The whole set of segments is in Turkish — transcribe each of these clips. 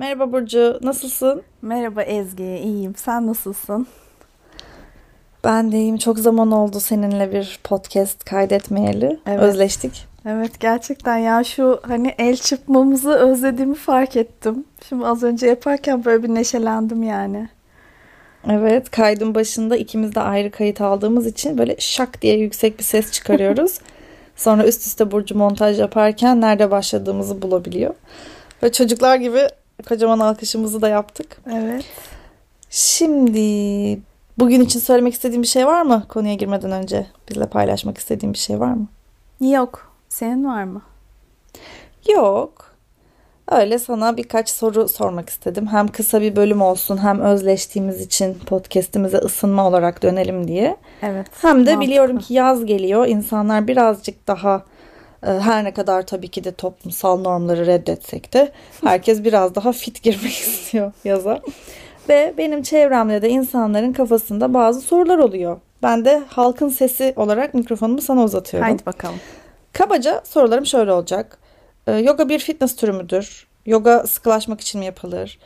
Merhaba Burcu, nasılsın? Merhaba Ezgi, iyiyim. Sen nasılsın? Ben de iyiyim. Çok zaman oldu seninle bir podcast kaydetmeyeli. Evet, Özleştik. evet gerçekten ya şu hani el çırpmamızı özlediğimi fark ettim. Şimdi az önce yaparken böyle bir neşelendim yani. Evet, kaydın başında ikimiz de ayrı kayıt aldığımız için böyle şak diye yüksek bir ses çıkarıyoruz. Sonra üst üste Burcu montaj yaparken nerede başladığımızı bulabiliyor. Ve çocuklar gibi kocaman alkışımızı da yaptık. Evet. Şimdi bugün için söylemek istediğin bir şey var mı? Konuya girmeden önce bizle paylaşmak istediğin bir şey var mı? Yok. Senin var mı? Yok. Öyle sana birkaç soru sormak istedim. Hem kısa bir bölüm olsun hem özleştiğimiz için podcast'imize ısınma olarak dönelim diye. Evet, Hem de biliyorum mantıklı. ki yaz geliyor. İnsanlar birazcık daha her ne kadar tabii ki de toplumsal normları reddetsek de herkes biraz daha fit girmek istiyor yaza. Ve benim çevremde de insanların kafasında bazı sorular oluyor. Ben de halkın sesi olarak mikrofonumu sana uzatıyorum. Haydi bakalım. Kabaca sorularım şöyle olacak. Yoga bir fitness türü müdür? Yoga sıkılaşmak için mi yapılır?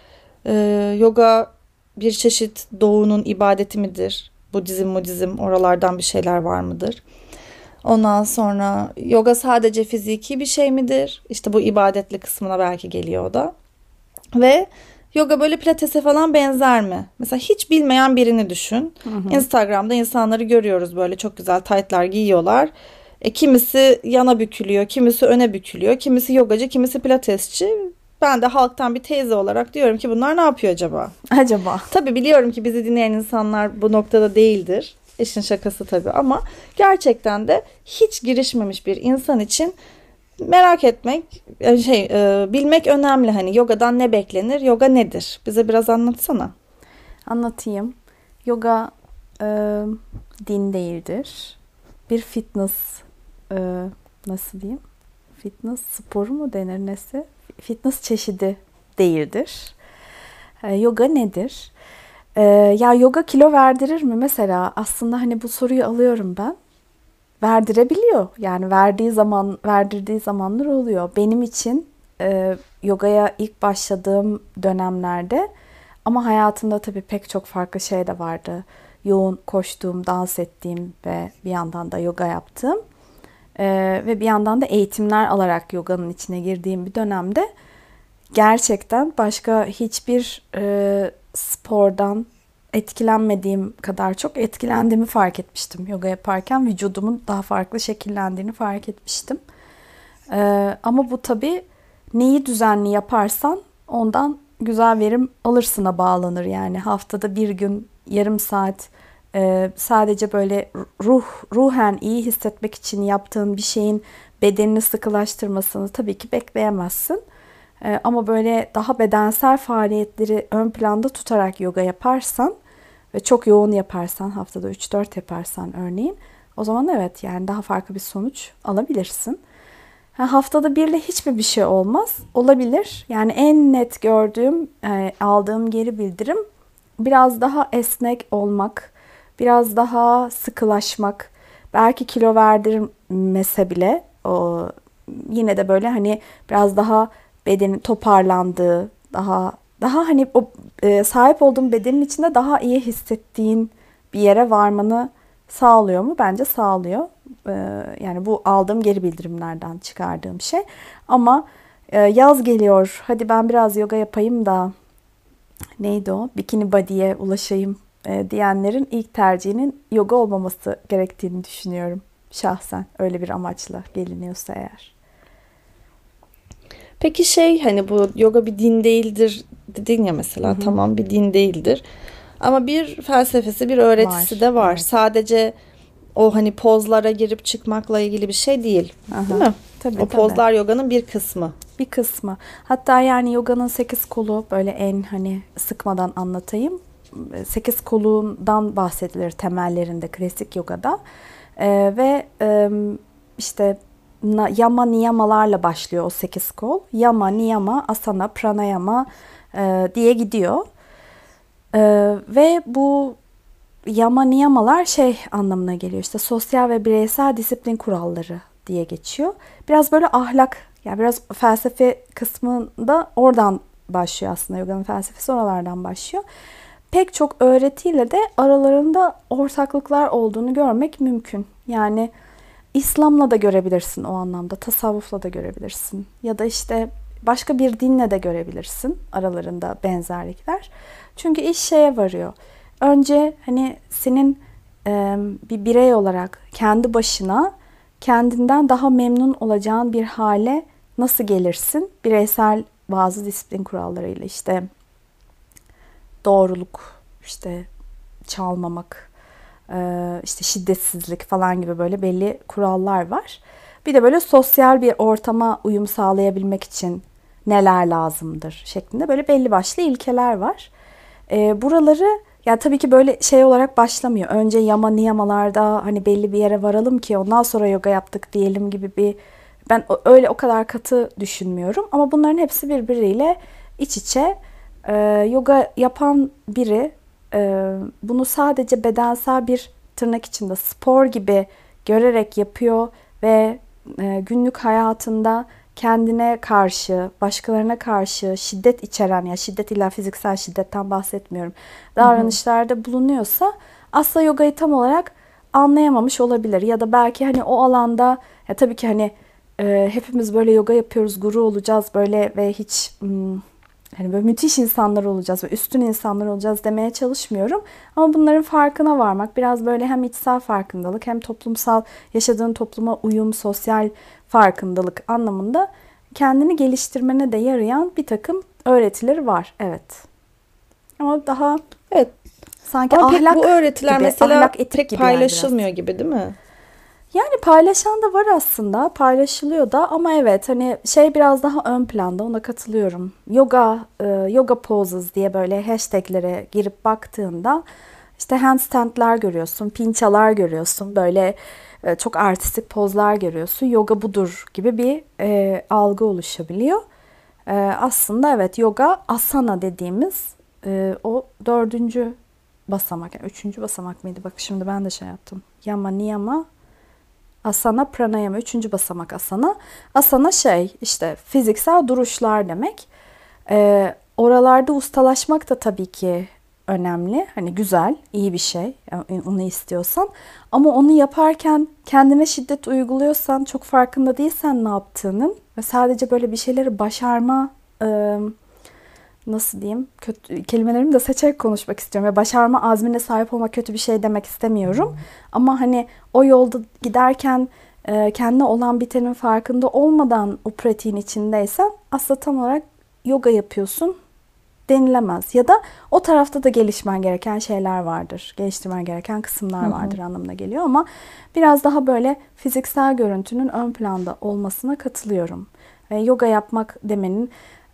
Yoga bir çeşit doğunun ibadeti midir? Budizm, oralardan bir şeyler var mıdır? Ondan sonra yoga sadece fiziki bir şey midir? İşte bu ibadetli kısmına belki geliyor o da. Ve yoga böyle pilatese falan benzer mi? Mesela hiç bilmeyen birini düşün. Hı hı. Instagram'da insanları görüyoruz böyle çok güzel taytlar giyiyorlar. Kimisi yana bükülüyor, kimisi öne bükülüyor, kimisi yogacı, kimisi pilatesçi. Ben de halktan bir teyze olarak diyorum ki bunlar ne yapıyor acaba? Acaba? Tabii biliyorum ki bizi dinleyen insanlar bu noktada değildir. İşin şakası tabii ama gerçekten de hiç girişmemiş bir insan için merak etmek, bilmek önemli. Hani yogadan ne beklenir, yoga nedir? Bize biraz anlatsana. Anlatayım. Yoga e, din değildir. Bir fitness e, nasıl diyeyim? Fitness sporu mu denir nesi? Fitness çeşidi değildir. Yoga nedir? Ee, Ya yoga kilo verdirir mi mesela? Aslında hani bu soruyu alıyorum ben. Verdirebiliyor. Yani verdirdiği zamanlar oluyor. Benim için yogaya ilk başladığım dönemlerde ama hayatımda tabii pek çok farklı şey de vardı. Yoğun koştuğum, dans ettiğim ve bir yandan da yoga yaptığım ve bir yandan da eğitimler alarak yoganın içine girdiğim bir dönemde gerçekten başka hiçbir spordan etkilenmediğim kadar çok etkilendiğimi fark etmiştim. Yoga yaparken vücudumun daha farklı şekillendiğini fark etmiştim. Ama bu tabii neyi düzenli yaparsan ondan güzel verim alırsına bağlanır. Yani haftada bir gün yarım saat sadece böyle ruhen iyi hissetmek için yaptığın bir şeyin bedenini sıkılaştırmasını tabii ki bekleyemezsin. Ama böyle daha bedensel faaliyetleri ön planda tutarak yoga yaparsan ve çok yoğun yaparsan, haftada 3-4 yaparsan örneğin, o zaman evet yani daha farklı bir sonuç alabilirsin. Haftada birle hiçbir şey olmaz. Olabilir. Yani en net gördüğüm, aldığım geri bildirim biraz daha esnek olmak, biraz daha sıkılaşmak, belki kilo verdirmese bile yine de böyle hani biraz daha bedenin toparlandığı, daha hani o sahip olduğun bedenin içinde daha iyi hissettiğin bir yere varmanı sağlıyor mu? Bence sağlıyor. Yani bu aldığım geri bildirimlerden çıkardığım şey. Ama yaz geliyor. Hadi ben biraz yoga yapayım da neydi o? Bikini body'ye ulaşayım diyenlerin ilk tercihinin yoga olmaması gerektiğini düşünüyorum. Şahsen öyle bir amaçla geliniyorsa eğer. Peki hani bu yoga bir din değildir dedin ya Hı mesela hı. tamam bir din değildir. Ama bir felsefesi, bir öğretisi Var. de var. Evet. Sadece o hani pozlara girip çıkmakla ilgili bir şey değil. Değil Aha. mi? Tabii O tabii. pozlar yoganın bir kısmı. Bir kısmı. Hatta yani yoganın 8 kolu böyle en hani sıkmadan anlatayım. 8 kolundan bahsedilir temellerinde klasik yogada. Ve işte yama niyamalarla başlıyor o 8 kol. Yama, niyama, asana, pranayama diye gidiyor. Ve bu yama niyamalar şey anlamına geliyor. İşte sosyal ve bireysel disiplin kuralları diye geçiyor. Biraz böyle ahlak, yani biraz felsefe kısmında oradan başlıyor aslında. Yoga'nın felsefesi oralardan başlıyor. Pek çok öğretiyle de aralarında ortaklıklar olduğunu görmek mümkün. Yani İslam'la da görebilirsin o anlamda, tasavvufla da görebilirsin. Ya da işte başka bir dinle de görebilirsin aralarında benzerlikler. Çünkü iş şeye varıyor. Önce hani senin bir birey olarak kendi başına kendinden daha memnun olacağın bir hale nasıl gelirsin? Bireysel bazı disiplin kurallarıyla işte doğruluk, işte çalmamak, işte şiddetsizlik falan gibi böyle belli kurallar var. Bir de böyle sosyal bir ortama uyum sağlayabilmek için neler lazımdır şeklinde böyle belli başlı ilkeler var. Buraları yani tabii ki böyle şey olarak başlamıyor. Önce yama niyamalarda hani belli bir yere varalım ki ondan sonra yoga yaptık diyelim gibi bir ben öyle o kadar katı düşünmüyorum. Ama bunların hepsi birbiriyle iç içe. Yoga yapan biri bunu sadece bedensel bir tırnak içinde spor gibi görerek yapıyor ve günlük hayatında kendine karşı, başkalarına karşı şiddet içeren, ya şiddet illa fiziksel şiddetten bahsetmiyorum, davranışlarda bulunuyorsa aslında yogayı tam olarak anlayamamış olabilir. Ya da belki hani o alanda ya tabii ki hani hepimiz böyle yoga yapıyoruz, guru olacağız böyle ve hiç hani böyle müthiş insanlar olacağız ve üstün insanlar olacağız demeye çalışmıyorum. Ama bunların farkına varmak biraz böyle hem içsel farkındalık hem toplumsal yaşadığın topluma uyum, sosyal farkındalık anlamında kendini geliştirmene de yarayan bir takım öğretileri var. Evet. Ama daha Evet. sanki Ama pek ahlak bu öğretiler gibi, mesela ahlak etik pek gibi yani paylaşılmıyor biraz. gibi değil mi? Yani paylaşan da var aslında, paylaşılıyor da ama evet hani şey biraz daha ön planda ona katılıyorum. Yoga poses diye böyle hashtaglere girip baktığında işte handstandler görüyorsun, pinçalar görüyorsun, böyle çok artistik pozlar görüyorsun. Yoga budur gibi bir algı oluşabiliyor. Aslında evet yoga asana dediğimiz o dördüncü basamak, yani üçüncü basamak mıydı? Bak şimdi ben de şey yaptım. Yama, niyama, asana, pranayama. Üçüncü basamak asana. Asana şey işte fiziksel duruşlar demek. Oralarda ustalaşmak da tabii ki önemli. Hani güzel, iyi bir şey. Yani onu istiyorsan. Ama onu yaparken kendine şiddet uyguluyorsan, çok farkında değilsen ne yaptığının ve sadece böyle bir şeyleri başarma nasıl diyeyim, kötü kelimelerimi de seçerek konuşmak istiyorum ve başarma azmine sahip olmak kötü bir şey demek istemiyorum. Ama hani o yolda giderken kendine olan bitenin farkında olmadan o pratiğin içindeysen aslında tam olarak yoga yapıyorsun denilemez. Ya da o tarafta da gelişmen gereken şeyler vardır. Geliştirmen gereken kısımlar vardır anlamına geliyor ama biraz daha böyle fiziksel görüntünün ön planda olmasına katılıyorum. Yoga yapmak demenin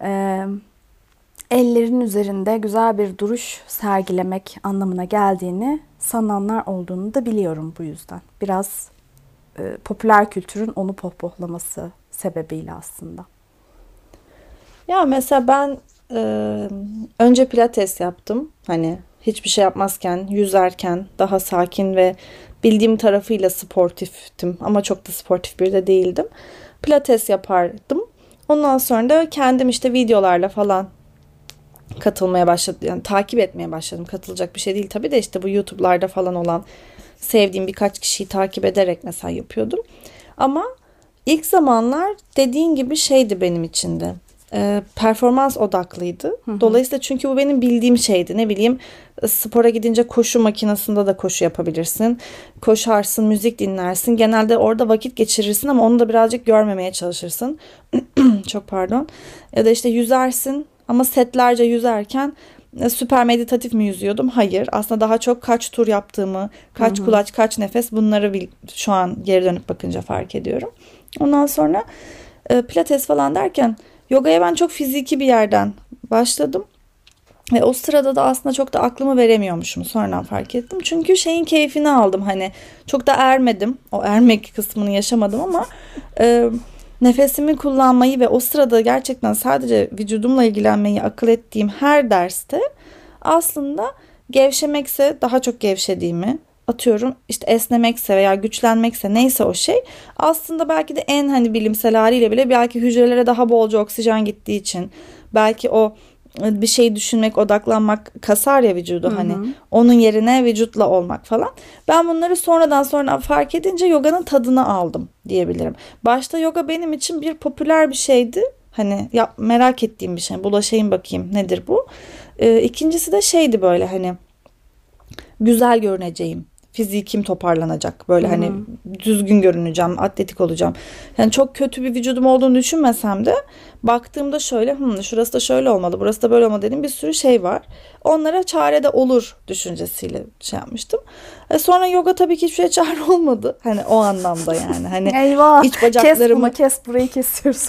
ellerin üzerinde güzel bir duruş sergilemek anlamına geldiğini sananlar olduğunu da biliyorum bu yüzden. Biraz popüler kültürün onu pohpohlaması sebebiyle aslında. Ya mesela ben önce pilates yaptım. Hani hiçbir şey yapmazken, yüzerken daha sakin ve bildiğim tarafıyla sportiftim. Ama çok da sportif bir de değildim. Pilates yapardım. Ondan sonra da kendim işte videolarla falan katılmaya başladım. Yani takip etmeye başladım. Katılacak bir şey değil tabii de işte bu YouTube'larda falan olan sevdiğim birkaç kişiyi takip ederek mesela yapıyordum. Ama ilk zamanlar dediğin gibi şeydi benim için de. Performans odaklıydı. Dolayısıyla çünkü bu benim bildiğim şeydi. Ne bileyim spora gidince koşu makinesinde de koşu yapabilirsin. Koşarsın, müzik dinlersin. Genelde orada vakit geçirirsin ama onu da birazcık görmemeye çalışırsın. Çok pardon. Ya da işte yüzersin ama setlerce yüzerken süper meditatif mi yüzüyordum? Hayır. Aslında daha çok kaç tur yaptığımı, kaç kulaç, kaç nefes bunları şu an geri dönüp bakınca fark ediyorum. Ondan sonra pilates falan derken yogaya ben çok fiziki bir yerden başladım. Ve o sırada da aslında çok da aklımı veremiyormuşum. Sonradan fark ettim. Çünkü şeyin keyfini aldım. Hani çok da ermedim. O ermek kısmını yaşamadım ama nefesimi kullanmayı ve o sırada gerçekten sadece vücudumla ilgilenmeyi akıl ettiğim her derste aslında gevşemekse daha çok gevşediğimi, atıyorum işte esnemekse veya güçlenmekse neyse o şey aslında belki de en hani bilimsel haliyle bile belki hücrelere daha bolca oksijen gittiği için belki o bir şey düşünmek, odaklanmak kasar ya vücudu Hı hani. hı. Onun yerine vücutla olmak falan. Ben bunları sonradan sonra fark edince yoganın tadını aldım diyebilirim. Başta yoga benim için bir popüler bir şeydi. Hani merak ettiğim bir şey. Bulaşayım bakayım nedir bu. İkincisi de şeydi böyle hani güzel görüneceğim. Fizikim toparlanacak. Hı Böyle hani hı. düzgün görüneceğim, atletik olacağım. Yani çok kötü bir vücudum olduğunu düşünmesem de baktığımda şöyle, şurası da şöyle olmalı, burası da böyle olmalı dediğim bir sürü şey var. Onlara çare de olur düşüncesiyle şey yapmıştım. Sonra yoga tabii ki hiçbir şeye çare olmadı. Hani o anlamda yani. Hani Eyvah. iç Kes bunu, bacaklarımı kes burayı kesiyoruz.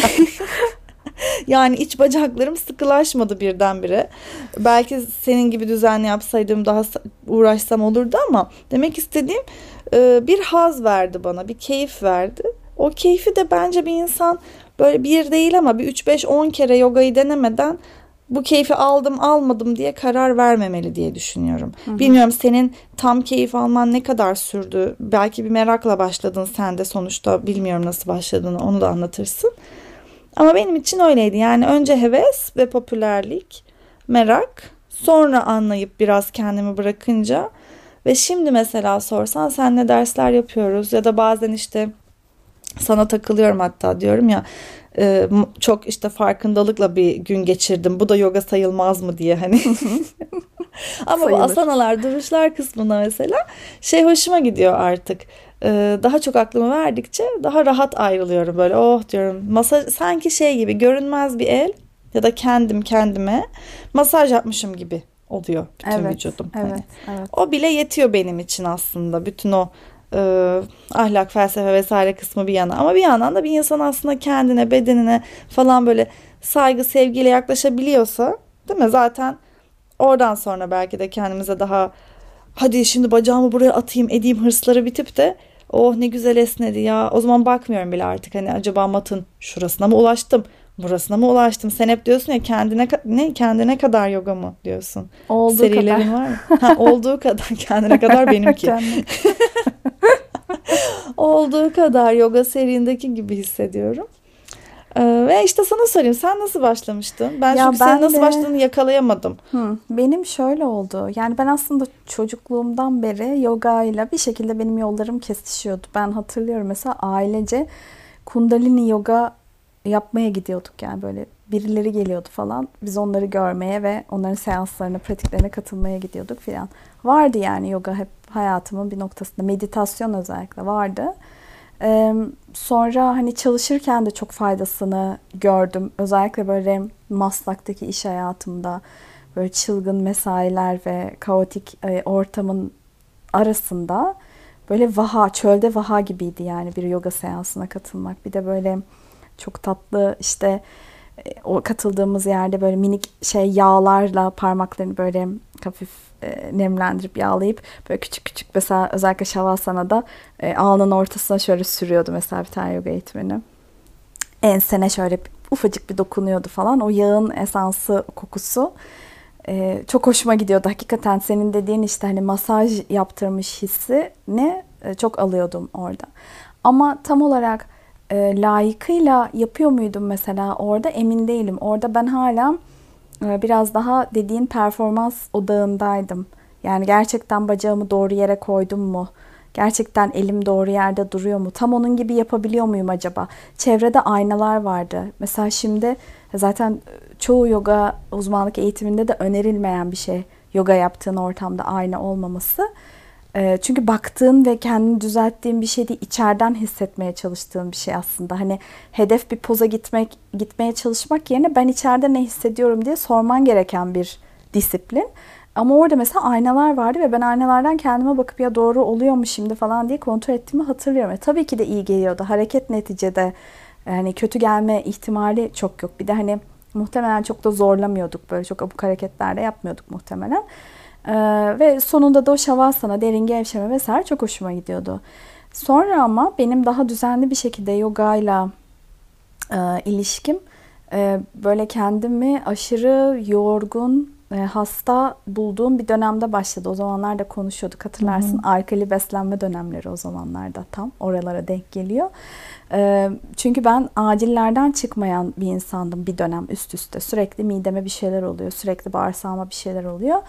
yani iç bacaklarım sıkılaşmadı birdenbire. Belki senin gibi düzenli yapsaydım daha uğraşsam olurdu ama demek istediğim bir haz verdi bana, bir keyif verdi. O keyfi de bence bir insan böyle bir değil ama bir 3-5-10 kere yogayı denemeden bu keyfi aldım almadım diye karar vermemeli diye düşünüyorum. Hı hı. Bilmiyorum senin tam keyif alman ne kadar sürdü? Belki bir merakla başladın sen de sonuçta bilmiyorum nasıl başladığını onu da anlatırsın. Ama benim için öyleydi. Yani önce heves ve popülerlik, merak, sonra anlayıp biraz kendimi bırakınca ve şimdi mesela sorsan senle dersler yapıyoruz ya da bazen işte sana takılıyorum hatta diyorum ya çok işte farkındalıkla bir gün geçirdim. Bu da yoga sayılmaz mı diye hani. Ama bu Sayılır. asanalar, duruşlar kısmında mesela şey hoşuma gidiyor artık. Daha çok aklımı verdikçe daha rahat ayrılıyorum böyle. Oh diyorum. Masaj sanki şey gibi görünmez bir el ya da kendim kendime masaj yapmışım gibi oluyor bütün Evet, vücudum. Hani evet, evet. o bile yetiyor benim için aslında. Bütün o e, ahlak, felsefe vesaire kısmı bir yana. Ama bir yandan da bir insan aslında kendine, bedenine falan böyle saygı, sevgiyle yaklaşabiliyorsa, değil mi? Zaten oradan sonra belki de kendimize daha hadi şimdi bacağımı buraya atayım edeyim hırsları bitip de oh ne güzel esnedi ya. O zaman bakmıyorum bile artık hani acaba matın şurasına mı ulaştım? Burasına mı ulaştım? Sen hep diyorsun ya kendine kadar yoga mı diyorsun. Olduğu kadar. Serilerin var mı? Ha, olduğu kadar kendine kadar benimki. Kendim. Olduğu kadar yoga serindeki gibi hissediyorum. Ve işte sana sorayım sen nasıl başlamıştın? Ben Ya çünkü senin ben nasıl de başladığını yakalayamadım. benim şöyle oldu. Yani ben aslında çocukluğumdan beri yoga ile bir şekilde benim yollarım kesişiyordu. Ben hatırlıyorum mesela ailece Kundalini yoga yapmaya gidiyorduk yani böyle birileri geliyordu falan. Biz onları görmeye ve onların seanslarına, pratiklerine katılmaya gidiyorduk filan. Vardı yani yoga hep hayatımın bir noktasında. Meditasyon özellikle vardı. Sonra hani çalışırken de çok faydasını gördüm. Özellikle böyle Maslak'taki iş hayatımda böyle çılgın mesailer ve kaotik ortamın arasında böyle çölde vaha gibiydi yani bir yoga seansına katılmak. Bir de böyle çok tatlı işte o katıldığımız yerde böyle minik şey yağlarla parmaklarını böyle hafif nemlendirip yağlayıp böyle küçük küçük mesela özellikle Şavasana'da alnın ortasına şöyle sürüyordu mesela bir tane yoga eğitmeni. Ensene şöyle ufacık bir dokunuyordu falan. O yağın esansı, kokusu çok hoşuma gidiyordu. Hakikaten senin dediğin işte hani masaj yaptırmış hissini çok alıyordum orada. Ama tam olarak layıkıyla yapıyor muydum mesela orada emin değilim. Orada ben hala biraz daha dediğin performans odağındaydım. Yani gerçekten bacağımı doğru yere koydum mu? Gerçekten elim doğru yerde duruyor mu? Tam onun gibi yapabiliyor muyum acaba? Çevrede aynalar vardı. Mesela şimdi zaten çoğu yoga uzmanlık eğitiminde de önerilmeyen bir şey. Yoga yaptığın ortamda ayna olmaması. Çünkü baktığın ve kendini düzelttiğin bir şey değil, içeriden hissetmeye çalıştığın bir şey aslında. Hani hedef bir poza gitmeye çalışmak yerine ben içeride ne hissediyorum diye sorman gereken bir disiplin. Ama orada mesela aynalar vardı ve ben aynalardan kendime bakıp ya doğru oluyor mu şimdi falan diye kontrol ettiğimi hatırlıyorum. Tabii ki de iyi geliyordu. Hareket neticede yani kötü gelme ihtimali çok yok. Bir de hani muhtemelen çok da zorlamıyorduk. Böyle çok abuk hareketler de yapmıyorduk muhtemelen. Ve sonunda da o şavasana, derin gevşeme vesaire çok hoşuma gidiyordu. Sonra ama benim daha düzenli bir şekilde yogayla ilişkim böyle kendimi aşırı yorgun hasta bulduğum bir dönemde başladı. O zamanlar da konuşuyorduk, Hı hatırlarsın. hı. Alkali beslenme dönemleri o zamanlarda tam oralara denk geliyor. Çünkü ben acillerden çıkmayan bir insandım bir dönem üst üste. Sürekli mideme bir şeyler oluyor, sürekli bağırsağıma bir şeyler oluyor.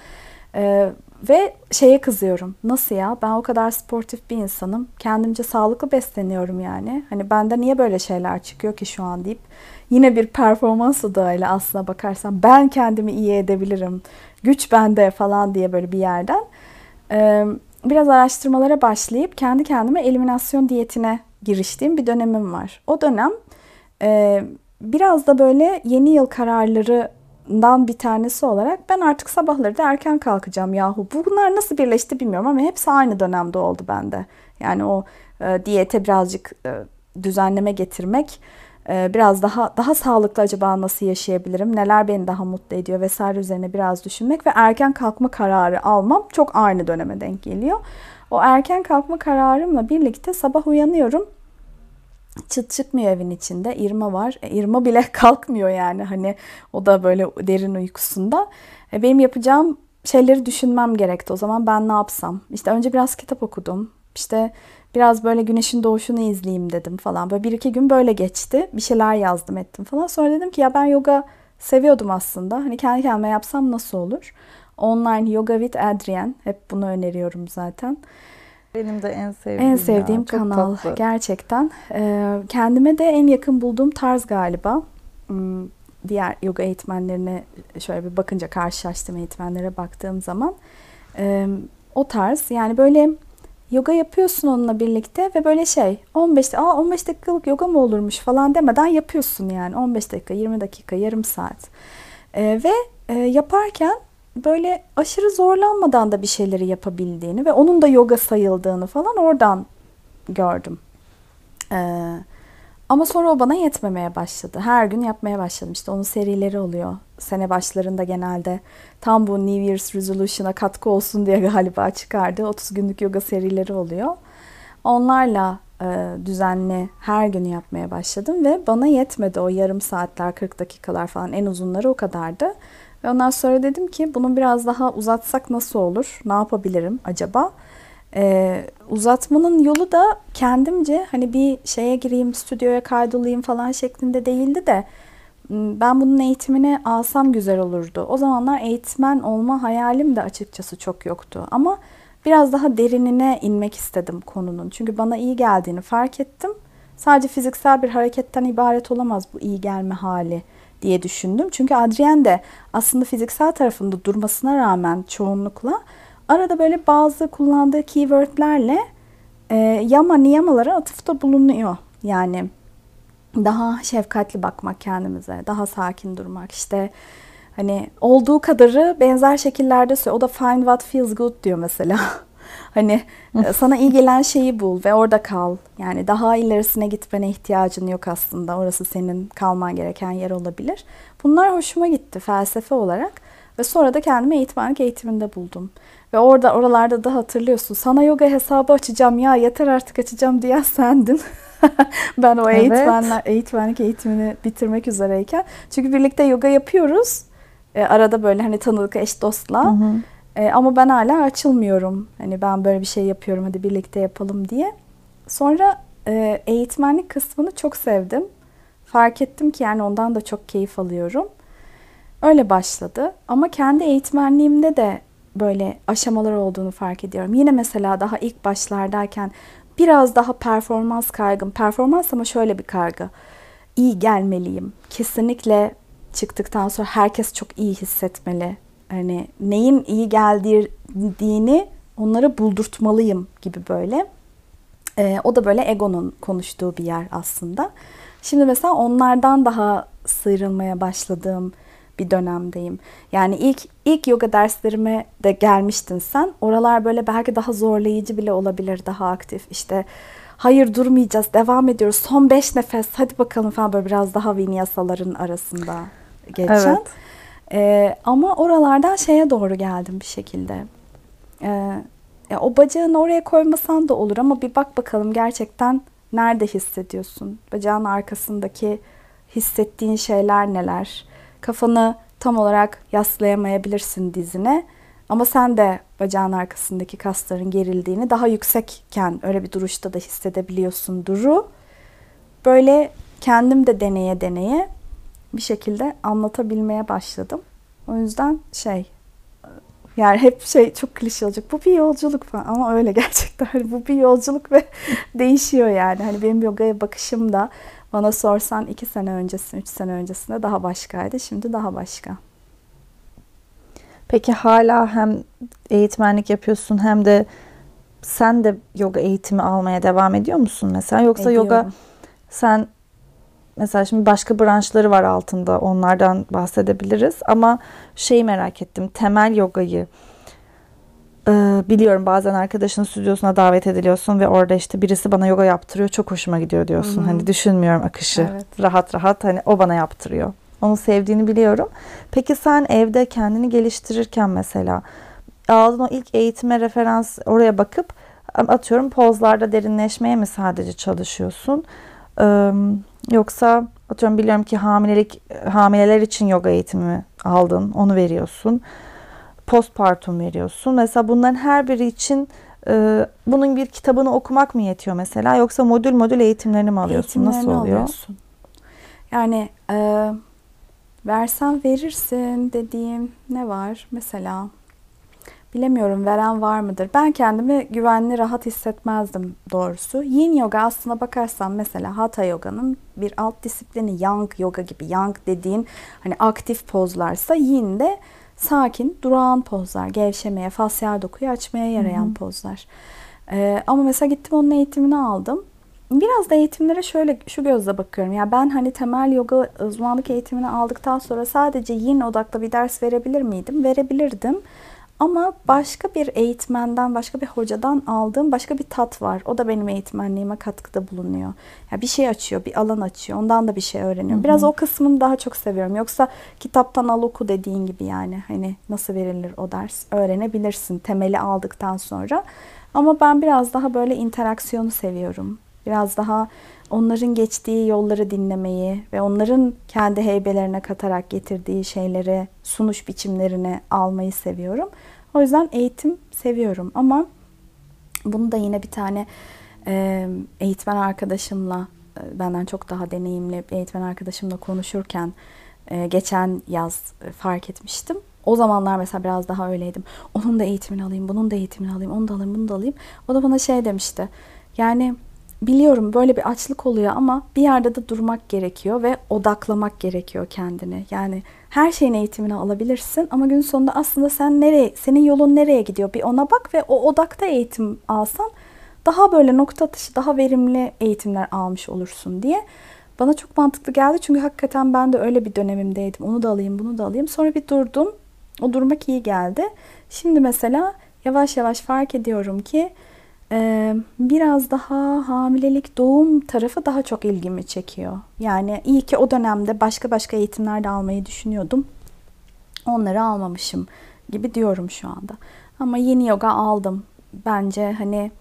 Ve şeye kızıyorum. Nasıl ya? Ben o kadar sportif bir insanım. Kendimce sağlıklı besleniyorum yani. Hani bende niye böyle şeyler çıkıyor ki şu an deyip yine bir performans odağıyla aslına bakarsam ben kendimi iyi edebilirim. Güç bende falan diye böyle bir yerden biraz araştırmalara başlayıp kendi kendime eliminasyon diyetine giriştiğim bir dönemim var. O dönem e, biraz da böyle yeni yıl kararlarından bir tanesi olarak ben artık sabahları da erken kalkacağım yahu. Bunlar nasıl birleşti bilmiyorum ama hepsi aynı dönemde oldu bende. Yani o diyete birazcık düzenleme getirmek, biraz daha sağlıklı acaba nasıl yaşayabilirim, neler beni daha mutlu ediyor vesaire üzerine biraz düşünmek ve erken kalkma kararı almam çok aynı döneme denk geliyor. O erken kalkma kararımla birlikte sabah uyanıyorum. Çıt çıkmıyor evin içinde. Irma var. Irma bile kalkmıyor yani. Hani o da böyle derin uykusunda. Benim yapacağım şeyleri düşünmem gerekti. O zaman ben ne yapsam? İşte önce biraz kitap okudum. İşte biraz böyle güneşin doğuşunu izleyeyim dedim falan. Böyle bir iki gün böyle geçti. Bir şeyler yazdım ettim falan. Sonra dedim ki ya ben yoga seviyordum aslında. Hani kendi kendime yapsam nasıl olur? Online Yoga with Adriene. Hep bunu öneriyorum zaten. Benim de en En sevdiğim ya. sevdiğim Çok kanal tatlı. gerçekten. Kendime de en yakın bulduğum tarz galiba. Diğer yoga eğitmenlerine şöyle bir bakınca karşılaştığım eğitmenlere baktığım zaman o tarz yani böyle yoga yapıyorsun onunla birlikte ve böyle 15 dakikalık yoga mı olurmuş falan demeden yapıyorsun yani 15 dakika 20 dakika yarım saat. Ve yaparken böyle aşırı zorlanmadan da bir şeyleri yapabildiğini ve onun da yoga sayıldığını falan oradan gördüm. Ee, Ama sonra o bana yetmemeye başladı. Her gün yapmaya başladım. İşte onun serileri oluyor. Sene başlarında genelde tam bu New Year's Resolution'a katkı olsun diye galiba çıkardı. 30 günlük yoga serileri oluyor. Onlarla düzenli her gün yapmaya başladım ve bana yetmedi o yarım saatler, 40 dakikalar falan en uzunları o kadardı. Ve ondan sonra dedim ki bunu biraz daha uzatsak nasıl olur? Ne yapabilirim acaba? Uzatmanın yolu da kendimce hani bir şeye gireyim, stüdyoya kaydolayım falan şeklinde değildi de ben bunun eğitimini alsam güzel olurdu. O zamanlar eğitmen olma hayalim de açıkçası çok yoktu. Ama biraz daha derinine inmek istedim konunun. Çünkü bana iyi geldiğini fark ettim. Sadece fiziksel bir hareketten ibaret olamaz bu iyi gelme hali diye düşündüm. Çünkü Adrienne de aslında fiziksel tarafında durmasına rağmen çoğunlukla arada böyle bazı kullandığı keywordlerle yama niyamalara atıfta bulunuyor. Yani daha şefkatli bakmak kendimize, daha sakin durmak. İşte hani olduğu kadarı benzer şekillerde söylüyor. O da find what feels good diyor mesela. Hani sana iyi gelen şeyi bul ve orada kal. Yani daha ilerisine gitmene ihtiyacın yok aslında. Orası senin kalman gereken yer olabilir. Bunlar hoşuma gitti felsefe olarak. Ve sonra da kendimi eğitmenlik eğitiminde buldum. Ve oralarda da hatırlıyorsun. Sana yoga hesabı açacağım ya yeter artık açacağım diyen sendin. Ben o Evet. eğitmenlik eğitimini bitirmek üzereyken. Çünkü birlikte yoga yapıyoruz. Arada böyle hani tanıdık eş Hı dostla. hı. Ama ben hala açılmıyorum. Hani ben böyle bir şey yapıyorum hadi birlikte yapalım diye. Sonra eğitmenlik kısmını çok sevdim. Fark ettim ki yani ondan da çok keyif alıyorum. Öyle başladı. Ama kendi eğitmenliğimde de böyle aşamalar olduğunu fark ediyorum. Yine mesela daha ilk başlardayken biraz daha performans kaygım. Performans ama şöyle bir kaygı. İyi gelmeliyim. Kesinlikle çıktıktan sonra herkes çok iyi hissetmeli. Hani neyin iyi geldiğini onlara buldurtmalıyım gibi böyle. O da böyle egonun konuştuğu bir yer aslında. Şimdi mesela onlardan daha sıyrılmaya başladığım bir dönemdeyim. Yani ilk yoga derslerime de gelmiştin sen. Oralar böyle belki daha zorlayıcı bile olabilir, daha aktif. İşte hayır durmayacağız, devam ediyoruz. Son 5 nefes, hadi bakalım falan böyle biraz daha vinyasaların arasında geçen. Evet. Ama oralardan şeye doğru geldim bir şekilde. Ee, O bacağını oraya koymasan da olur ama bir bak bakalım gerçekten nerede hissediyorsun? Bacağın arkasındaki hissettiğin şeyler neler? Kafanı tam olarak yaslayamayabilirsin dizine. Ama sen de bacağın arkasındaki kasların gerildiğini daha yüksekken öyle bir duruşta da hissedebiliyorsun duru. Böyle kendim de deneye deneye bir şekilde anlatabilmeye başladım. O yüzden yani hep çok klişe olacak. Bu bir yolculuk falan ama öyle gerçekten. Hani bu bir yolculuk ve değişiyor yani. Hani benim yogaya bakışım da bana sorsan 2 sene öncesinde, 3 sene öncesinde daha başkaydı. Şimdi daha başka. Peki hala hem eğitmenlik yapıyorsun hem de sen de yoga eğitimi almaya devam ediyor musun mesela? Yoksa Ediyorum. yoga sen mesela şimdi başka branşları var altında, onlardan bahsedebiliriz ama şeyi merak ettim, temel yogayı biliyorum bazen arkadaşının stüdyosuna davet ediliyorsun ve orada işte birisi bana yoga yaptırıyor, çok hoşuma gidiyor diyorsun. Hani düşünmüyorum akışı, Evet. rahat rahat hani o bana yaptırıyor. Onu sevdiğini biliyorum. Peki sen evde kendini geliştirirken mesela aldığın o ilk eğitime referans oraya bakıp atıyorum pozlarda derinleşmeye mi sadece çalışıyorsun? Yoksa atıyorum biliyorum ki hamileler için yoga eğitimi aldın, onu veriyorsun. Postpartum veriyorsun. Mesela bunların her biri için bunun bir kitabını okumak mı yetiyor mesela? Yoksa modül modül eğitimlerini mi alıyorsun? Nasıl Eğitimlerini oluyor? alıyorsun. Yani versen verirsin dediğim ne var? Mesela bilemiyorum, veren var mıdır? Ben kendimi güvenli, rahat hissetmezdim doğrusu. Yin yoga aslına bakarsan mesela Hatha yoganın bir alt disiplini, yang yoga gibi. Yang dediğin hani aktif pozlarsa yin de sakin, durağan pozlar. Gevşemeye, fasyal dokuyu açmaya yarayan pozlar. Ama mesela gittim onun eğitimini aldım. Biraz da eğitimlere şu gözle bakıyorum. Ya ben hani temel yoga uzmanlık eğitimini aldıktan sonra sadece yin odaklı bir ders verebilir miydim? Verebilirdim. Ama başka bir eğitmenden, başka bir hocadan aldığım başka bir tat var. O da benim eğitmenliğime katkıda bulunuyor. Ya bir şey açıyor, bir alan açıyor. Ondan da bir şey öğreniyorum. Biraz o kısmını daha çok seviyorum. Yoksa kitaptan al oku dediğin gibi yani. Hani nasıl verilir o ders? Öğrenebilirsin temeli aldıktan sonra. Ama ben biraz daha böyle interaksiyonu seviyorum. Biraz daha onların geçtiği yolları dinlemeyi ve onların kendi heybelerine katarak getirdiği şeyleri, sunuş biçimlerini almayı seviyorum. O yüzden eğitim seviyorum ama bunu da yine bir tane eğitmen arkadaşımla, benden çok daha deneyimli bir eğitmen arkadaşımla konuşurken geçen yaz fark etmiştim. O zamanlar mesela biraz daha öyleydim. Onun da eğitimini alayım, bunun da eğitimini alayım, onu da alayım, bunu da alayım. O da bana demişti. Yani biliyorum böyle bir açlık oluyor ama bir yerde de durmak gerekiyor ve odaklamak gerekiyor kendini. Yani her şeyin eğitimini alabilirsin ama gün sonunda aslında senin yolun nereye gidiyor bir ona bak ve o odakta eğitim alsan daha böyle nokta atışı, daha verimli eğitimler almış olursun diye. Bana çok mantıklı geldi çünkü hakikaten ben de öyle bir dönemimdeydim. Onu da alayım, bunu da alayım. Sonra bir durdum. O durmak iyi geldi. Şimdi mesela yavaş yavaş fark ediyorum ki biraz daha hamilelik, doğum tarafı daha çok ilgimi çekiyor. Yani iyi ki o dönemde başka eğitimler de almayı düşünüyordum. Onları almamışım gibi diyorum şu anda. Ama yeni yoga aldım. Bence hani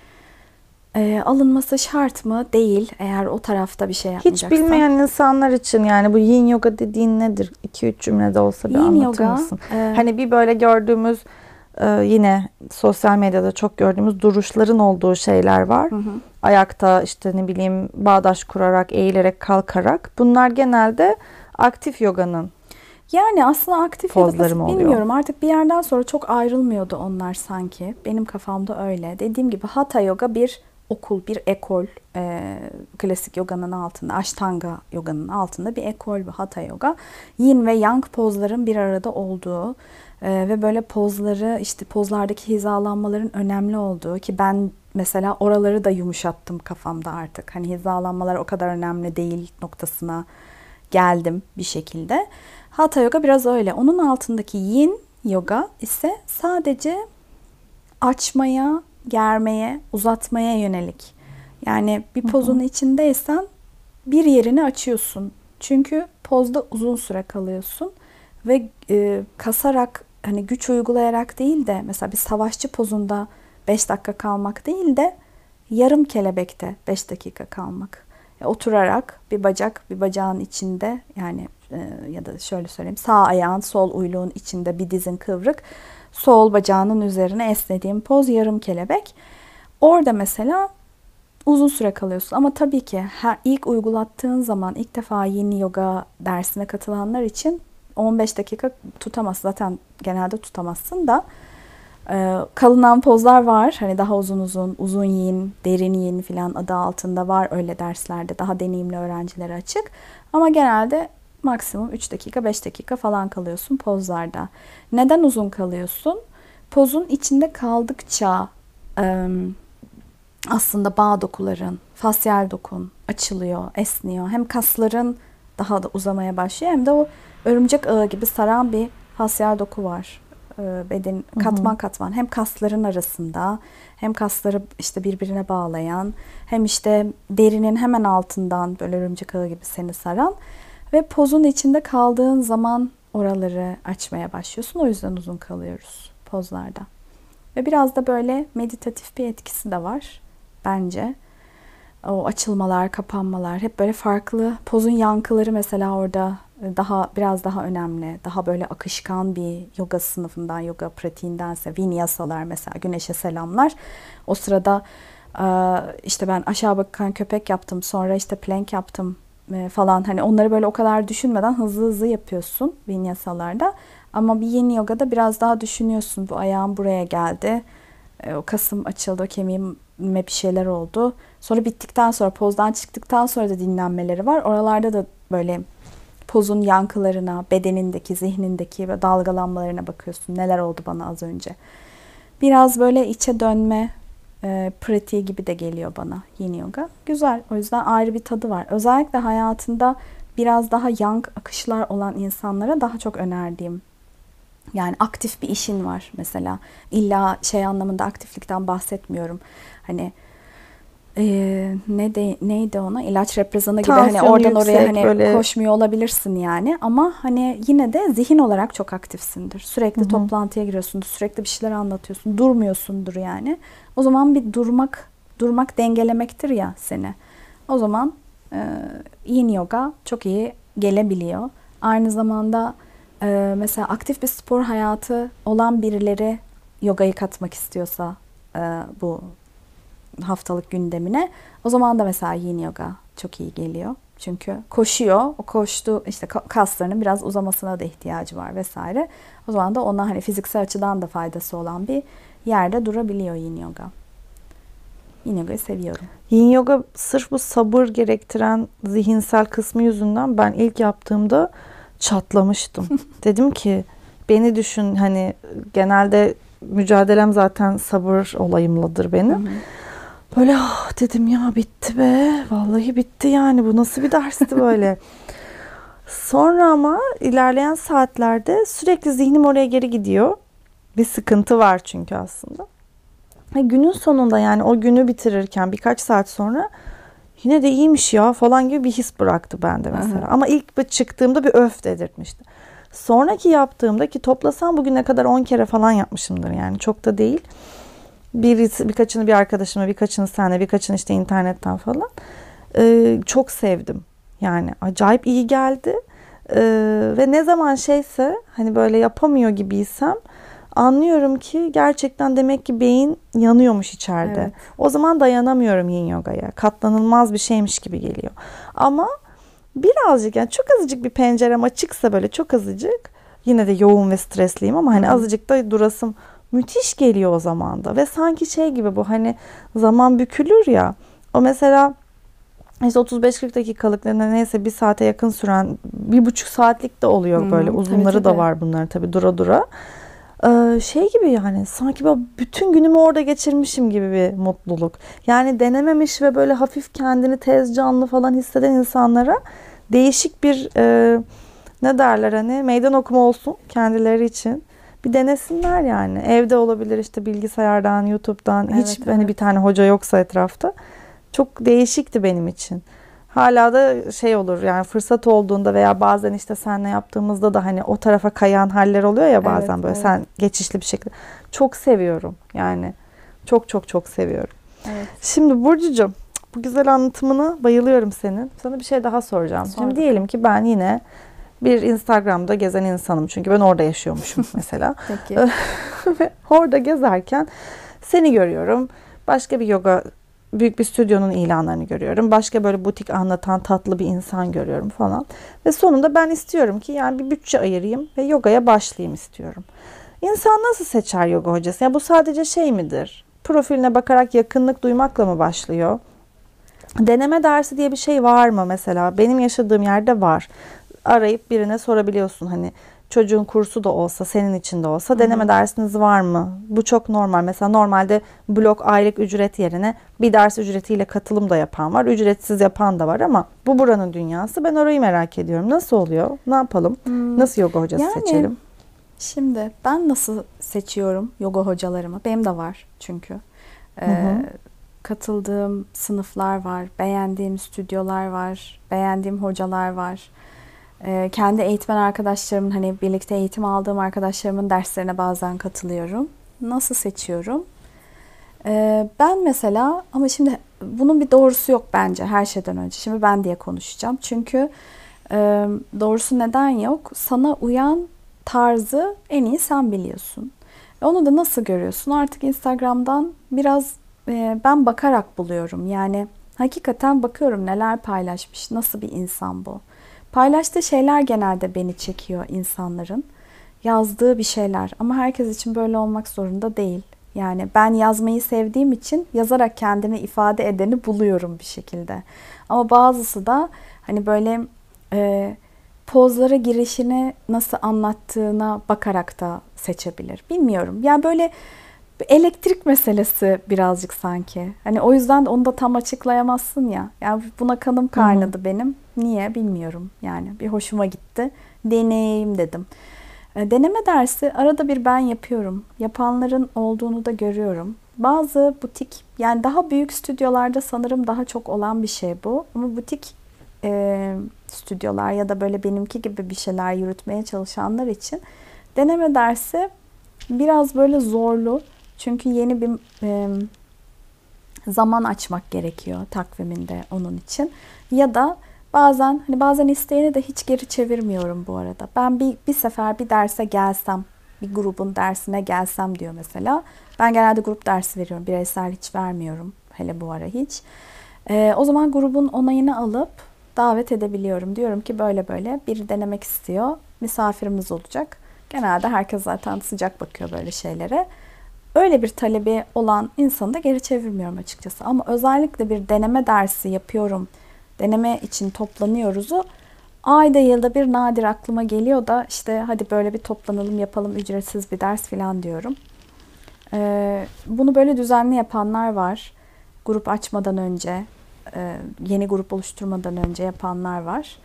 alınması şart mı? Değil. Eğer o tarafta bir şey yapmayacaksan. Hiç bilmeyen insanlar için yani bu yin yoga dediğin nedir? 2-3 cümlede olsa bir anlatır mısın? Hani bir böyle gördüğümüz yine sosyal medyada çok gördüğümüz duruşların olduğu şeyler var. Ayakta işte ne bileyim bağdaş kurarak, eğilerek, kalkarak. Bunlar genelde aktif yoganın yani aslında aktif ya da pozları pasif mı oluyor? bilmiyorum. Artık bir yerden sonra çok ayrılmıyordu onlar sanki. Benim kafamda öyle. Dediğim gibi Hatha yoga bir okul, bir ekol. Klasik yoganın altında, Ashtanga yoganın altında bir ekol bu Hatha yoga. Yin ve Yang pozların bir arada olduğu ve böyle pozları, işte pozlardaki hizalanmaların önemli olduğu ki ben mesela oraları da yumuşattım kafamda artık. Hani hizalanmalar o kadar önemli değil noktasına geldim bir şekilde. Hatha yoga biraz öyle. Onun altındaki yin yoga ise sadece açmaya, germeye, uzatmaya yönelik. Yani bir pozun içindeysen bir yerini açıyorsun. Çünkü pozda uzun süre kalıyorsun ve kasarak hani güç uygulayarak değil de mesela bir savaşçı pozunda 5 dakika kalmak değil de yarım kelebekte 5 dakika kalmak. Oturarak bir bacağın içinde yani ya da şöyle söyleyeyim, sağ ayağın sol uyluğun içinde, bir dizin kıvrık, sol bacağının üzerine esnediğim poz yarım kelebek. Orada mesela uzun süre kalıyorsun. Ama tabii ki ilk uygulattığın zaman, ilk defa yeni yoga dersine katılanlar için 15 dakika tutamazsın. Zaten genelde tutamazsın da. Kalınan pozlar var. Hani daha uzun yin, derin yin falan adı altında var öyle derslerde. Daha deneyimli öğrencilere açık. Ama genelde maksimum 3 dakika, 5 dakika falan kalıyorsun pozlarda. Neden uzun kalıyorsun? Pozun içinde kaldıkça aslında bağ dokuların, fasyal dokun açılıyor, esniyor. Hem kasların daha da uzamaya başlıyor, hem de o örümcek ağı gibi saran bir fasyal doku var. Beden katman katman, hem kasların arasında, hem kasları işte birbirine bağlayan, hem işte derinin hemen altından böyle örümcek ağı gibi seni saran ve pozun içinde kaldığın zaman oraları açmaya başlıyorsun. O yüzden uzun kalıyoruz pozlarda. Ve biraz da böyle meditatif bir etkisi de var bence. O açılmalar, kapanmalar hep böyle farklı. Pozun yankıları mesela orada biraz daha önemli. Daha böyle akışkan bir yoga sınıfından, yoga pratiğindense vinyasalar mesela, güneşe selamlar. O sırada işte ben aşağı bakan köpek yaptım, sonra işte plank yaptım falan. Hani onları böyle o kadar düşünmeden hızlı hızlı yapıyorsun vinyasalarda. Ama bir yeni yogada biraz daha düşünüyorsun. Bu ayağım buraya geldi. O kasım açıldı, o kemiğime bir şeyler oldu. Sonra bittikten sonra, pozdan çıktıktan sonra da dinlenmeleri var. Oralarda da böyle pozun yankılarına, bedenindeki, zihnindeki ve dalgalanmalarına bakıyorsun. Neler oldu bana az önce. Biraz böyle içe dönme pratiği gibi de geliyor bana Yin Yoga. Güzel. O yüzden ayrı bir tadı var. Özellikle hayatında biraz daha yang akışlar olan insanlara daha çok önerdiğim. Yani aktif bir işin var mesela. İlla şey anlamında aktiflikten bahsetmiyorum. Hani neydi ona? İlaç reprezanı gibi hani oradan oraya hani böyle koşmuyor olabilirsin yani. Ama hani yine de zihin olarak çok aktifsindir. Sürekli toplantıya giriyorsundur. Sürekli bir şeyler anlatıyorsun. Durmuyorsundur yani. O zaman bir durmak dengelemektir ya seni. O zaman Yin Yoga çok iyi gelebiliyor. Aynı zamanda mesela aktif bir spor hayatı olan birileri yogayı katmak istiyorsa bu haftalık gündemine, o zaman da mesela Yin Yoga çok iyi geliyor. Çünkü koşuyor. O koştu işte kaslarının biraz uzamasına da ihtiyacı var vesaire. O zaman da ona hani fiziksel açıdan da faydası olan bir yerde durabiliyor Yin Yoga. Yin Yoga'yı seviyorum. Yin Yoga sırf bu sabır gerektiren zihinsel kısmı yüzünden ben ilk yaptığımda çatlamıştım. Dedim ki beni düşün, hani genelde mücadelem zaten sabır olayımladır benim. Böyle dedim ya, bitti be. Vallahi bitti yani. Bu nasıl bir dersti böyle. Sonra ama ilerleyen saatlerde sürekli zihnim oraya geri gidiyor. Bir sıkıntı var çünkü aslında. Günün sonunda, yani o günü bitirirken birkaç saat sonra yine de iyiymiş ya falan gibi bir his bıraktı bende mesela. Ama ilk çıktığımda bir öf dedirtmişti. Sonraki yaptığımda, ki toplasam bugüne kadar 10 kere falan yapmışımdır yani, çok da değil. Birkaçını bir arkadaşımla, birkaçını senle, birkaçını işte internetten falan. Çok sevdim. Yani acayip iyi geldi. Ve ne zaman şeyse, hani böyle yapamıyor gibiysem, anlıyorum ki gerçekten demek ki beyin yanıyormuş içeride. Evet. O zaman dayanamıyorum Yin Yoga'ya. Katlanılmaz bir şeymiş gibi geliyor. Ama birazcık, yani çok azıcık bir pencerem açıksa, böyle çok azıcık, yine de yoğun ve stresliyim ama hani azıcık da durasım müthiş geliyor o zaman da. Ve sanki şey gibi, bu hani zaman bükülür ya. O mesela işte 35-40 dakikalık, neyse bir saate yakın süren 1,5 saatlik de oluyor böyle. Uzunları tabii, da var bunların tabii, dura dura. Şey gibi yani, sanki böyle bütün günümü orada geçirmişim gibi bir mutluluk. Yani denememiş ve böyle hafif kendini tez canlı falan hisseden insanlara değişik bir ne derler, hani meydan okuma olsun kendileri için. Bir denesinler yani. Evde olabilir, işte bilgisayardan, YouTube'dan, evet, hiç hani bir tane hoca yoksa etrafta. Çok değişikti benim için. Hala da şey olur yani, fırsat olduğunda veya bazen işte seninle yaptığımızda da hani o tarafa kayan haller oluyor ya bazen, evet, böyle evet, sen geçişli bir şekilde. Çok seviyorum yani. Çok çok çok seviyorum. Evet. Şimdi Burcucuğum, bu güzel anlatımına bayılıyorum senin. Sana bir şey daha soracağım. Şimdi diyelim ki ben yine bir Instagram'da gezen insanım. Çünkü ben orada yaşıyormuşum mesela. Peki. Ve orada gezerken seni görüyorum. Başka bir yoga, büyük bir stüdyonun ilanlarını görüyorum. Başka böyle butik anlatan tatlı bir insan görüyorum falan. Ve sonunda ben istiyorum ki yani bir bütçe ayırayım ve yogaya başlayayım istiyorum. İnsan nasıl seçer yoga hocası? Ya bu sadece şey midir? Profiline bakarak yakınlık duymakla mı başlıyor? Deneme dersi diye bir şey var mı mesela? Benim yaşadığım yerde var. Arayıp birine sorabiliyorsun hani çocuğun kursu da olsa senin için de olsa deneme dersiniz var mı? Bu çok normal. Mesela normalde blok aylık ücret yerine bir ders ücretiyle katılım da yapan var. Ücretsiz yapan da var ama bu buranın dünyası. Ben orayı merak ediyorum. Nasıl oluyor? Ne yapalım? Nasıl yoga hocası Yani seçelim? şimdi ben nasıl seçiyorum yoga hocalarımı? Benim de var çünkü. Katıldığım sınıflar var, beğendiğim stüdyolar var, beğendiğim hocalar var. Kendi eğitmen arkadaşlarımın, hani birlikte eğitim aldığım arkadaşlarımın derslerine bazen katılıyorum. Nasıl seçiyorum? Ben mesela, ama şimdi bunun bir doğrusu yok bence her şeyden önce. Şimdi ben diye konuşacağım. Çünkü doğrusu neden yok? Sana uyan tarzı en iyi sen biliyorsun. Onu da nasıl görüyorsun? Artık Instagram'dan biraz ben bakarak buluyorum. Yani hakikaten bakıyorum neler paylaşmış, nasıl bir insan bu. Paylaştığı şeyler genelde beni çekiyor insanların. Yazdığı bir şeyler ama herkes için böyle olmak zorunda değil. Yani ben yazmayı sevdiğim için yazarak kendini ifade edeni buluyorum bir şekilde. Ama bazısı da hani böyle pozlara girişini nasıl anlattığına bakarak da seçebilir. Bilmiyorum. Yani böyle elektrik meselesi birazcık sanki. Hani o yüzden de onu da tam açıklayamazsın ya. Yani buna kanım kaynadı benim. Niye bilmiyorum. Yani bir hoşuma gitti. Deneyeyim dedim. Deneme dersi arada bir ben yapıyorum. Yapanların olduğunu da görüyorum. Bazı butik, yani daha büyük stüdyolarda sanırım daha çok olan bir şey bu. Ama butik stüdyolar ya da böyle benimki gibi bir şeyler yürütmeye çalışanlar için deneme dersi biraz böyle zorlu. Çünkü yeni bir zaman açmak gerekiyor takviminde onun için. Ya da bazen isteğini de hiç geri çevirmiyorum bu arada. Ben bir sefer bir derse gelsem, bir grubun dersine gelsem diyor mesela. Ben genelde grup dersi veriyorum. Bireysel hiç vermiyorum. Hele bu ara hiç. O zaman grubun onayını alıp davet edebiliyorum. Diyorum ki böyle böyle biri denemek istiyor. Misafirimiz olacak. Genelde herkes zaten sıcak bakıyor böyle şeylere. Öyle bir talebi olan insanı da geri çevirmiyorum açıkçası. Ama özellikle bir deneme dersi yapıyorum, deneme için toplanıyoruzu ayda yılda bir nadir aklıma geliyor da işte hadi böyle bir toplanalım yapalım ücretsiz bir ders falan diyorum. Bunu böyle düzenli yapanlar var. Grup açmadan önce, yeni grup oluşturmadan önce yapanlar var.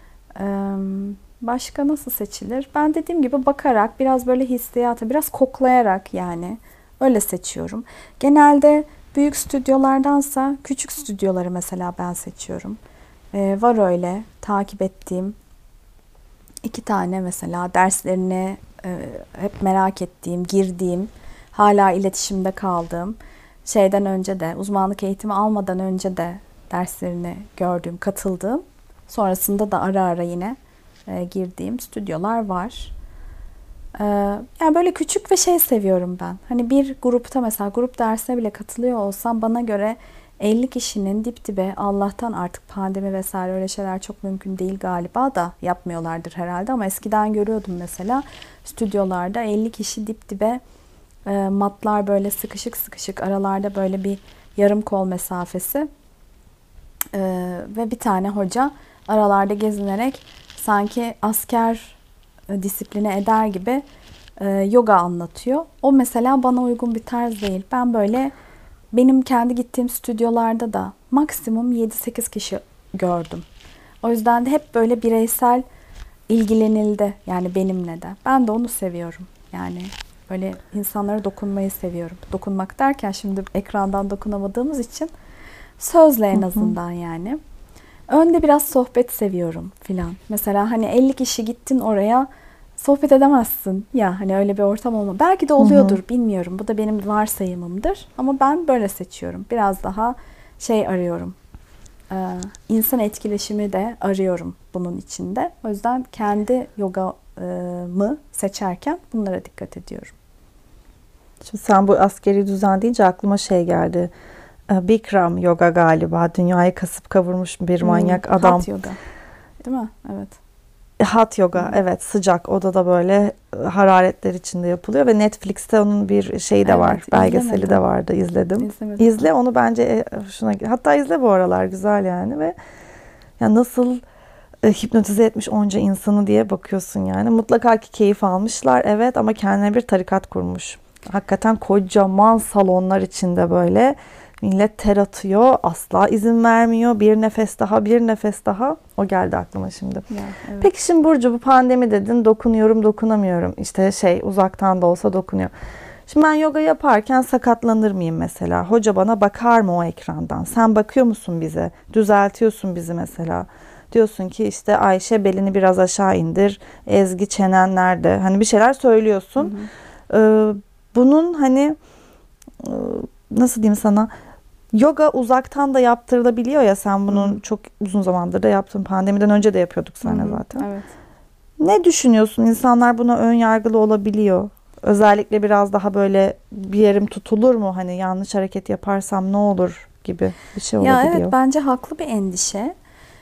Başka nasıl seçilir? Ben dediğim gibi bakarak, biraz böyle hissiyata, biraz koklayarak yani öyle seçiyorum. Genelde büyük stüdyolardansa küçük stüdyoları mesela ben seçiyorum. Var öyle takip ettiğim 2 tane mesela derslerini hep merak ettiğim, girdiğim, hala iletişimde kaldığım, şeyden önce de, uzmanlık eğitimi almadan önce de derslerini gördüğüm, katıldığım, sonrasında da ara ara yine girdiğim stüdyolar var. Yani böyle küçük ve şey seviyorum ben. Hani bir grupta mesela grup dersine bile katılıyor olsam bana göre 50 kişinin dip dibe, Allah'tan artık pandemi vesaire öyle şeyler çok mümkün değil galiba da yapmıyorlardır herhalde ama eskiden görüyordum mesela stüdyolarda 50 kişi dip dibe, matlar böyle sıkışık sıkışık, aralarda böyle bir yarım kol mesafesi ve bir tane hoca aralarda gezinerek sanki asker disipline eder gibi yoga anlatıyor. O mesela bana uygun bir tarz değil. Ben böyle, benim kendi gittiğim stüdyolarda da maksimum 7-8 kişi gördüm. O yüzden de hep böyle bireysel ilgilenildi yani benimle de. Ben de onu seviyorum. Yani böyle insanlara dokunmayı seviyorum. Dokunmak derken şimdi ekrandan dokunamadığımız için sözle en azından yani. Önde biraz sohbet seviyorum filan. Mesela hani 50 kişi gittin oraya, sohbet edemezsin. Ya hani öyle bir ortam olma. Belki de oluyordur, bilmiyorum. Bu da benim varsayımımdır. Ama ben böyle seçiyorum. Biraz daha şey arıyorum. insan etkileşimi de arıyorum bunun içinde. O yüzden kendi yogamı seçerken bunlara dikkat ediyorum. Şimdi sen bu askeri düzen deyince aklıma şey geldi. Bikram yoga galiba. Dünyayı kasıp kavurmuş bir manyak adam. Hat yoga. Değil mi? Evet. Hat yoga, evet, sıcak odada böyle hararetler içinde yapılıyor ve Netflix'te onun bir şeyi de var, belgeseli de vardı, izledim. İzle onu bence, hatta izle bu aralar, güzel yani. Ve ya nasıl hipnotize etmiş onca insanı diye bakıyorsun yani. Mutlaka ki keyif almışlar, evet, ama kendine bir tarikat kurmuş. Hakikaten kocaman salonlar içinde böyle millet ter atıyor, asla izin vermiyor. Bir nefes daha, bir nefes daha. O geldi aklıma şimdi. Ya, evet. Peki şimdi Burcu, bu pandemi dedin, dokunuyorum, dokunamıyorum. İşte uzaktan da olsa dokunuyor. Şimdi ben yoga yaparken sakatlanır mıyım mesela? Hoca bana bakar mı o ekrandan? Sen bakıyor musun bize? Düzeltiyorsun bizi mesela. Diyorsun ki işte Ayşe belini biraz aşağı indir. Ezgi çenen nerede? Hani bir şeyler söylüyorsun. Bunun hani nasıl diyeyim sana? Yoga uzaktan da yaptırılabiliyor ya, sen bunun çok uzun zamandır da yaptın. Pandemiden önce de yapıyorduk seninle zaten. Evet. Ne düşünüyorsun? İnsanlar buna ön yargılı olabiliyor. Özellikle biraz daha böyle bir yerim tutulur mu? Hani yanlış hareket yaparsam ne olur gibi bir şey olabiliyor. Ya evet, bence haklı bir endişe.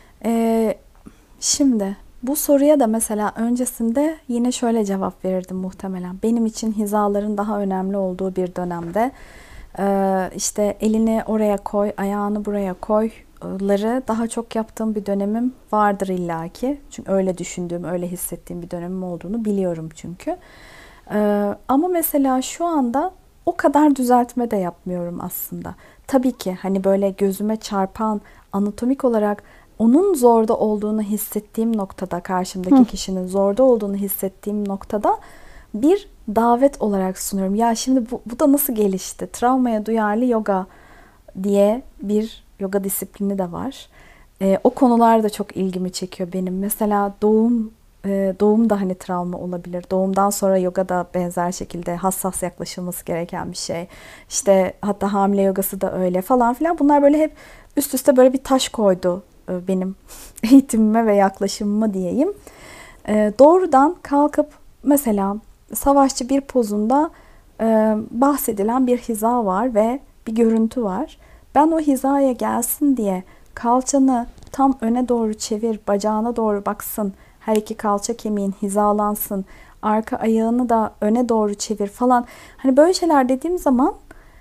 Şimdi bu soruya da mesela öncesinde yine şöyle cevap verirdim muhtemelen. Benim için hizaların daha önemli olduğu bir dönemde işte elini oraya koy, ayağını buraya koyları daha çok yaptığım bir dönemim vardır illaki. Çünkü öyle düşündüğüm, öyle hissettiğim bir dönemim olduğunu biliyorum çünkü. Ama mesela şu anda o kadar düzeltme de yapmıyorum aslında. Tabii ki hani böyle gözüme çarpan, anatomik olarak onun zorda olduğunu hissettiğim noktada, karşımdaki kişinin zorda olduğunu hissettiğim noktada bir davet olarak sunuyorum. Ya şimdi bu da nasıl gelişti? Travmaya duyarlı yoga diye bir yoga disiplini de var. O konular da çok ilgimi çekiyor benim. Mesela doğum da hani travma olabilir. Doğumdan sonra yoga da benzer şekilde hassas yaklaşılması gereken bir şey. İşte hatta hamile yogası da öyle falan filan. Bunlar böyle hep üst üste böyle bir taş koydu benim eğitimime ve yaklaşımıma diyeyim. Doğrudan kalkıp mesela savaşçı bir pozunda bahsedilen bir hiza var ve bir görüntü var. Ben o hizaya gelsin diye kalçanı tam öne doğru çevir, bacağına doğru baksın, her iki kalça kemiğin hizalansın, arka ayağını da öne doğru çevir falan. Hani böyle şeyler dediğim zaman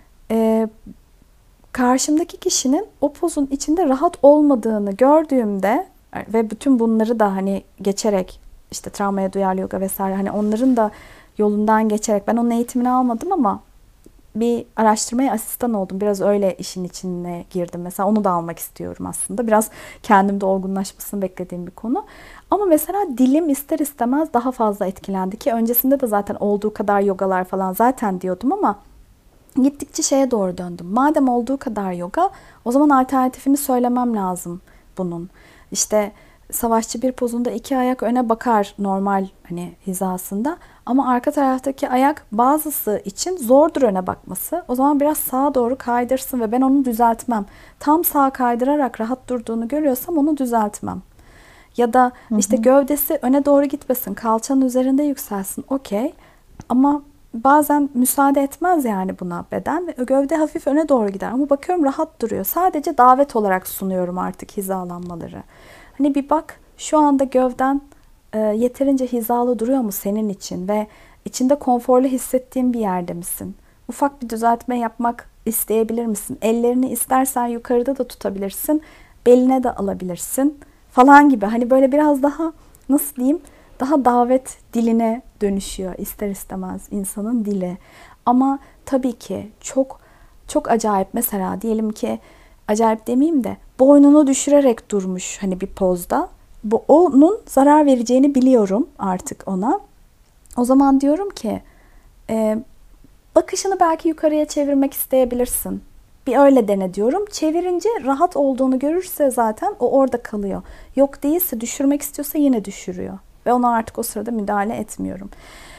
karşımdaki kişinin o pozun içinde rahat olmadığını gördüğümde ve bütün bunları da hani geçerek, işte travmaya duyarlı yoga vesaire, hani onların da yolundan geçerek, ben onun eğitimini almadım ama bir araştırmaya asistan oldum. Biraz öyle işin içine girdim. Mesela onu da almak istiyorum aslında. Biraz kendimde olgunlaşmasını beklediğim bir konu. Ama mesela dilim ister istemez daha fazla etkilendi ki öncesinde de zaten olduğu kadar yogalar falan zaten diyordum ama gittikçe şeye doğru döndüm. Madem olduğu kadar yoga, o zaman alternatifini söylemem lazım bunun. İşte savaşçı bir pozunda iki ayak öne bakar normal hani hizasında. Ama arka taraftaki ayak bazısı için zordur öne bakması. O zaman biraz sağa doğru kaydırsın ve ben onu düzeltmem. Tam sağa kaydırarak rahat durduğunu görüyorsam onu düzeltmem. Ya da işte gövdesi öne doğru gitmesin, kalçanın üzerinde yükselsin. Okey. Ama bazen müsaade etmez yani buna beden ve gövde hafif öne doğru gider. Ama bakıyorum rahat duruyor. Sadece davet olarak sunuyorum artık hizalanmaları. Hani bir bak, şu anda gövden yeterince hizalı duruyor mu senin için ve içinde konforlu hissettiğin bir yerde misin? Ufak bir düzeltme yapmak isteyebilir misin? Ellerini istersen yukarıda da tutabilirsin, beline de alabilirsin falan gibi. Hani böyle biraz daha nasıl diyeyim, daha davet diline dönüşüyor ister istemez insanın dili. Ama tabii ki çok çok acayip, mesela diyelim ki acayip demeyeyim de boynunu düşürerek durmuş hani bir pozda. Onun zarar vereceğini biliyorum artık ona. O zaman diyorum ki bakışını belki yukarıya çevirmek isteyebilirsin. Bir öyle dene diyorum. Çevirince rahat olduğunu görürse zaten o orada kalıyor. Yok değilse, düşürmek istiyorsa yine düşürüyor. Ve ona artık o sırada müdahale etmiyorum.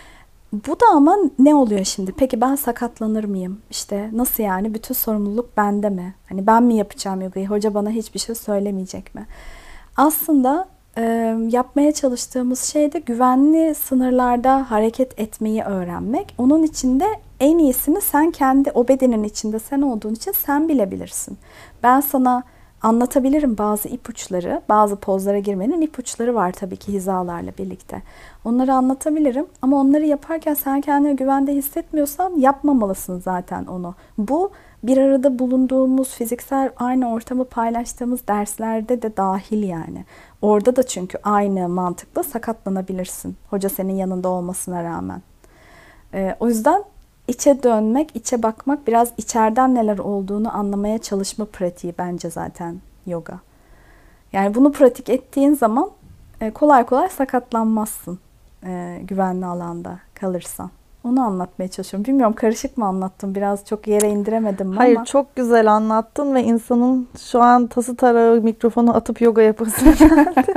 Bu da ama ne oluyor şimdi? Peki ben sakatlanır mıyım? İşte nasıl yani? Bütün sorumluluk bende mi? Hani ben mi yapacağım yogayı? Hoca bana hiçbir şey söylemeyecek mi? Aslında yapmaya çalıştığımız şey de güvenli sınırlarda hareket etmeyi öğrenmek. Onun için de en iyisini sen kendi, o bedenin içinde sen olduğun için sen bilebilirsin. Ben sana anlatabilirim bazı ipuçları, bazı pozlara girmenin ipuçları var tabii ki hizalarla birlikte. Onları anlatabilirim ama onları yaparken sen kendini güvende hissetmiyorsan yapmamalısın zaten onu. Bu bir arada bulunduğumuz fiziksel aynı ortamı paylaştığımız derslerde de dahil yani. Orada da çünkü aynı mantıkla sakatlanabilirsin. Hoca senin yanında olmasına rağmen. O yüzden içe dönmek, içe bakmak, biraz içeriden neler olduğunu anlamaya çalışma pratiği bence zaten yoga. Yani bunu pratik ettiğin zaman kolay kolay sakatlanmazsın güvenli alanda kalırsan. Onu anlatmaya çalışıyorum. Bilmiyorum karışık mı anlattım? Biraz çok yere indiremedim mi Hayır, ama. çok güzel anlattın ve insanın şu an tası tarağı mikrofonu atıp yoga yapası geldi.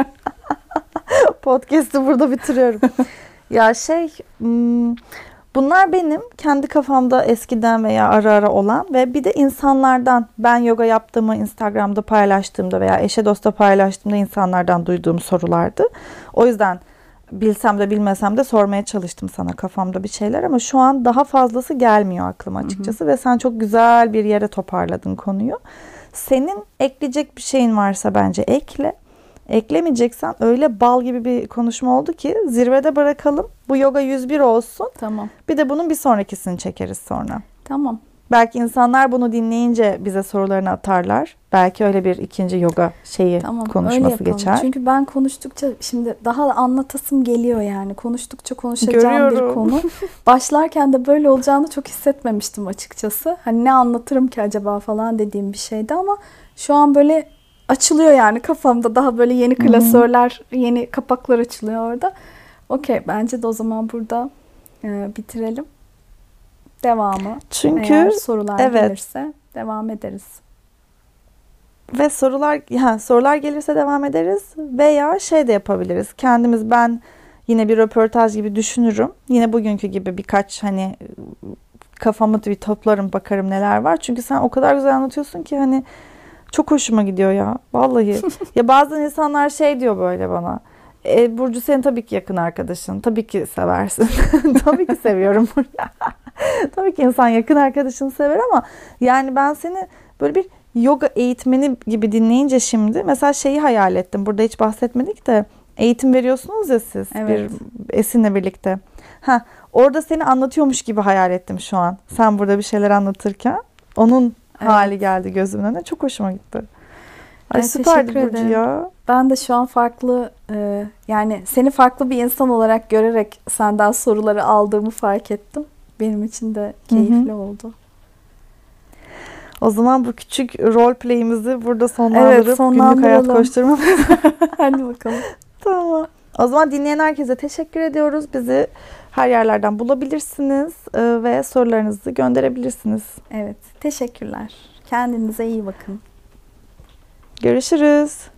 Podcast'ı burada bitiriyorum. Ya bunlar benim kendi kafamda eskiden veya ara ara olan ve bir de insanlardan ben yoga yaptığımı Instagram'da paylaştığımda veya eşe dosta paylaştığımda insanlardan duyduğum sorulardı. O yüzden bilsem de bilmesem de sormaya çalıştım sana kafamda bir şeyler ama şu an daha fazlası gelmiyor aklıma açıkçası. Ve sen çok güzel bir yere toparladın konuyu. Senin ekleyecek bir şeyin varsa bence ekle. Eklemeyeceksen öyle bal gibi bir konuşma oldu ki zirvede bırakalım. Bu yoga 101 olsun. Tamam. Bir de bunun bir sonrakisini çekeriz sonra. Tamam. Belki insanlar bunu dinleyince bize sorularını atarlar. Belki öyle bir ikinci yoga konuşması geçer. Çünkü ben konuştukça şimdi daha anlatasım geliyor yani. Konuştukça konuşacağım bir konu. Başlarken de böyle olacağını çok hissetmemiştim açıkçası. Hani ne anlatırım ki acaba falan dediğim bir şeydi ama şu an böyle açılıyor yani kafamda. Daha böyle yeni klasörler, yeni kapaklar açılıyor orada. Okey, bence de o zaman burada bitirelim. Devamı. Çünkü eğer sorular gelirse devam ederiz. Ve sorular gelirse devam ederiz veya de yapabiliriz. Kendimiz ben yine bir röportaj gibi düşünürüm. Yine bugünkü gibi birkaç kafamı bir toplarım, bakarım neler var. Çünkü sen o kadar güzel anlatıyorsun ki çok hoşuma gidiyor ya. Vallahi. Ya bazen insanlar diyor böyle bana. Burcu senin tabii ki yakın arkadaşın. Tabii ki seversin. Tabii ki seviyorum. Tabii ki insan yakın arkadaşını sever ama yani ben seni böyle bir yoga eğitmeni gibi dinleyince şimdi mesela hayal ettim. Burada hiç bahsetmedik de eğitim veriyorsunuz ya siz bir Esin'le birlikte. Orada seni anlatıyormuş gibi hayal ettim şu an. Sen burada bir şeyler anlatırken onun hali geldi gözümün önüne. Çok hoşuma gitti. Ay süperdi Burcu ya. Ben de şu an farklı yani seni farklı bir insan olarak görerek senden soruları aldığımı fark ettim. Benim için de keyifli oldu. O zaman bu küçük role play'imizi burada sonlandırıp günlük hayat koşturmamız. Hadi bakalım. Tamam. O zaman dinleyen herkese teşekkür ediyoruz. Bizi her yerlerden bulabilirsiniz ve sorularınızı gönderebilirsiniz. Evet, teşekkürler. Kendinize iyi bakın. Görüşürüz.